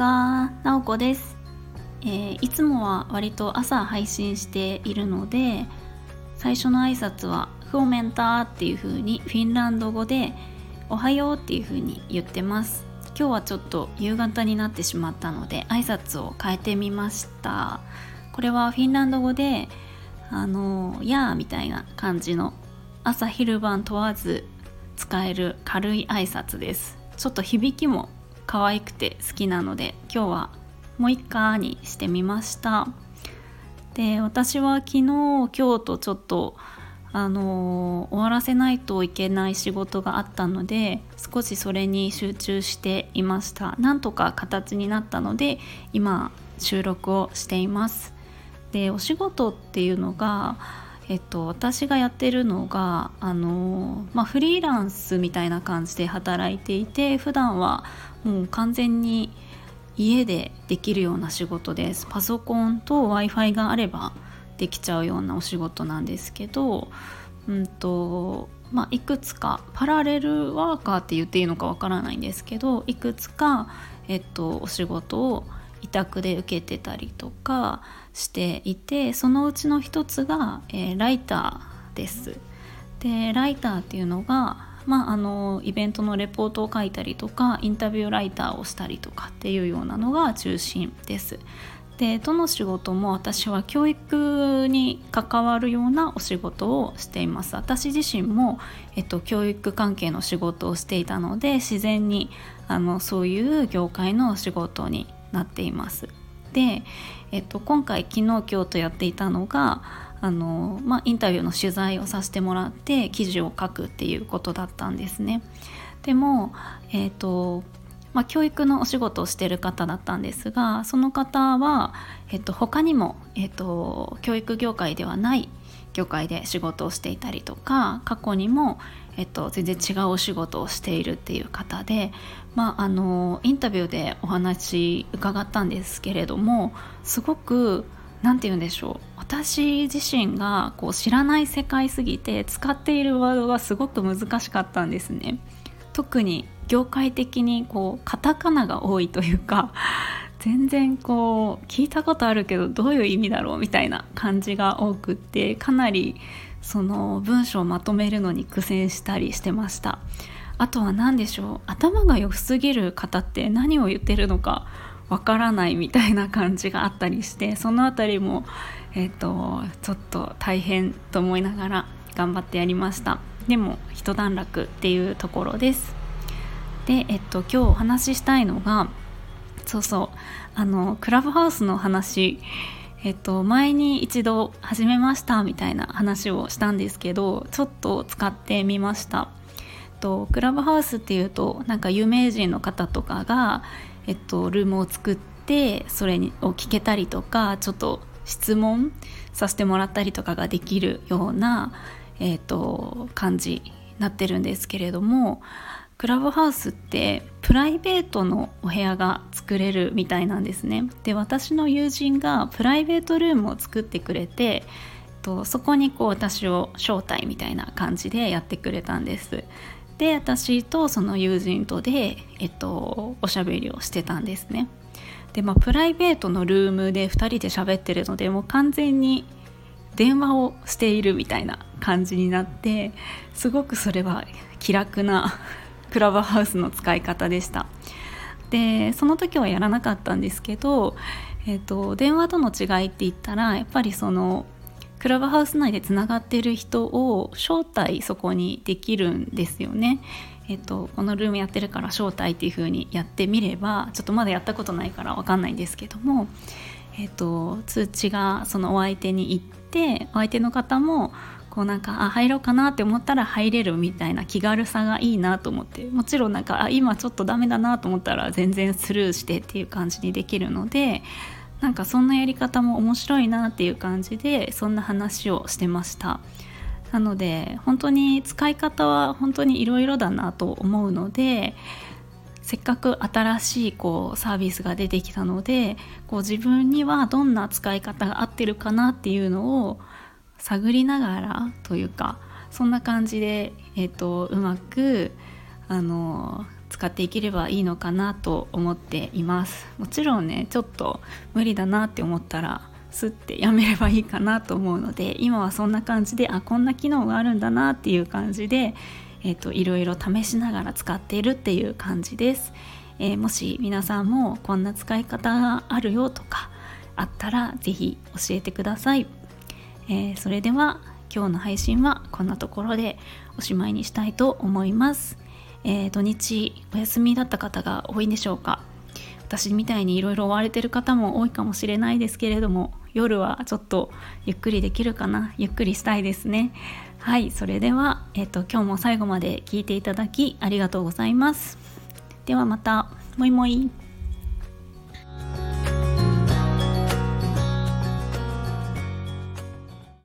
か、なおこです。いつもは割と朝配信しているので、最初の挨拶はフォーメンターっていう風にフィンランド語でおはようっていう風に言ってます。今日はちょっと夕方になってしまったので挨拶を変えてみました。これはフィンランド語でやーみたいな感じの朝昼晩問わず使える軽い挨拶です。ちょっと響きも可愛くて好きなので今日はもう一回にしてみました。で、私は昨日今日とちょっと終わらせないといけない仕事があったので少しそれに集中していました。なんとか形になったので今収録をしています。で、お仕事っていうのが私がやってるのがフリーランスみたいな感じで働いていて、普段はもう完全に家でできるような仕事です。パソコンと Wi-Fi があればできちゃうようなお仕事なんですけど、いくつかパラレルワーカーって言っていいのかわからないんですけど、いくつか、お仕事を委託で受けてたりとかしていて、そのうちの一つが、ライターです。で、ライターっていうのがイベントのレポートを書いたりとかインタビューライターをしたりとかっていうようなのが中心です。で、どの仕事も私は教育に関わるようなお仕事をしています。私自身も、教育関係の仕事をしていたので自然にそういう業界のお仕事になっています。で、今回昨日今日とやっていたのがインタビューの取材をさせてもらって記事を書くっていうことだったんですね。でも、教育のお仕事をしている方だったんですが、その方は、他にも、教育業界ではない業界で仕事をしていたりとか、過去にも、全然違うお仕事をしているっていう方で、インタビューでお話伺ったんですけれども、すごくなんて言うんでしょう、私自身が知らない世界すぎて使っているワードがすごく難しかったんですね。特に業界的にカタカナが多いというか、全然聞いたことあるけどどういう意味だろうみたいな感じが多くって、かなりその文章をまとめるのに苦戦したりしてました。あとは何でしょう、頭が良すぎる方って何を言ってるのかわからないみたいな感じがあったりして、そのあたりも、ちょっと大変と思いながら頑張ってやりました。でも一段落っていうところです。で、今日お話ししたいのがクラブハウスの話、前に一度始めましたみたいな話をしたんですけど、ちょっと使ってみました。クラブハウスっていうとなんか有名人の方とかがルームを作ってそれを聞けたりとか、ちょっと質問させてもらったりとかができるような、感じになってるんですけれども、クラブハウスってプライベートのお部屋が作れるみたいなんですね。で、私の友人がプライベートルームを作ってくれて、そこに私を招待みたいな感じでやってくれたんです。で、私とその友人とで、おしゃべりをしてたんですね。で、プライベートのルームで2人で喋ってるので、もう完全に電話をしているみたいな感じになって、すごくそれは気楽なクラブハウスの使い方でした。で、その時はやらなかったんですけど、電話との違いって言ったら、やっぱりそのクラブハウス内でつながっている人を招待そこにできるんですよね。このルームやってるから招待っていう風にやってみれば、ちょっとまだやったことないから分かんないんですけども、通知がそのお相手に行って、お相手の方も入ろうかなって思ったら入れるみたいな気軽さがいいなと思って、もちろん今ちょっとダメだなと思ったら全然スルーしてっていう感じにできるので、そんなやり方も面白いなっていう感じで、そんな話をしてました。なので本当に使い方は本当にいろいろだなと思うので、せっかく新しいサービスが出てきたので、自分にはどんな使い方が合ってるかなっていうのを探りながらというか、そんな感じで、うまく使使っていければいいのかなと思っています。もちろんねちょっと無理だなって思ったらスッてやめればいいかなと思うので、今はそんな感じでこんな機能があるんだなっていう感じで、いろいろ試しながら使っているっていう感じです。もし皆さんもこんな使い方があるよとかあったらぜひ教えてください。それでは今日の配信はこんなところでおしまいにしたいと思います。土日お休みだった方が多いんでしょうか。私みたいにいろいろ追われてる方も多いかもしれないですけれども、夜はちょっとゆっくりできるかな、ゆっくりしたいですね。はい、それでは、今日も最後まで聞いていただきありがとうございます。ではまた、もいもい。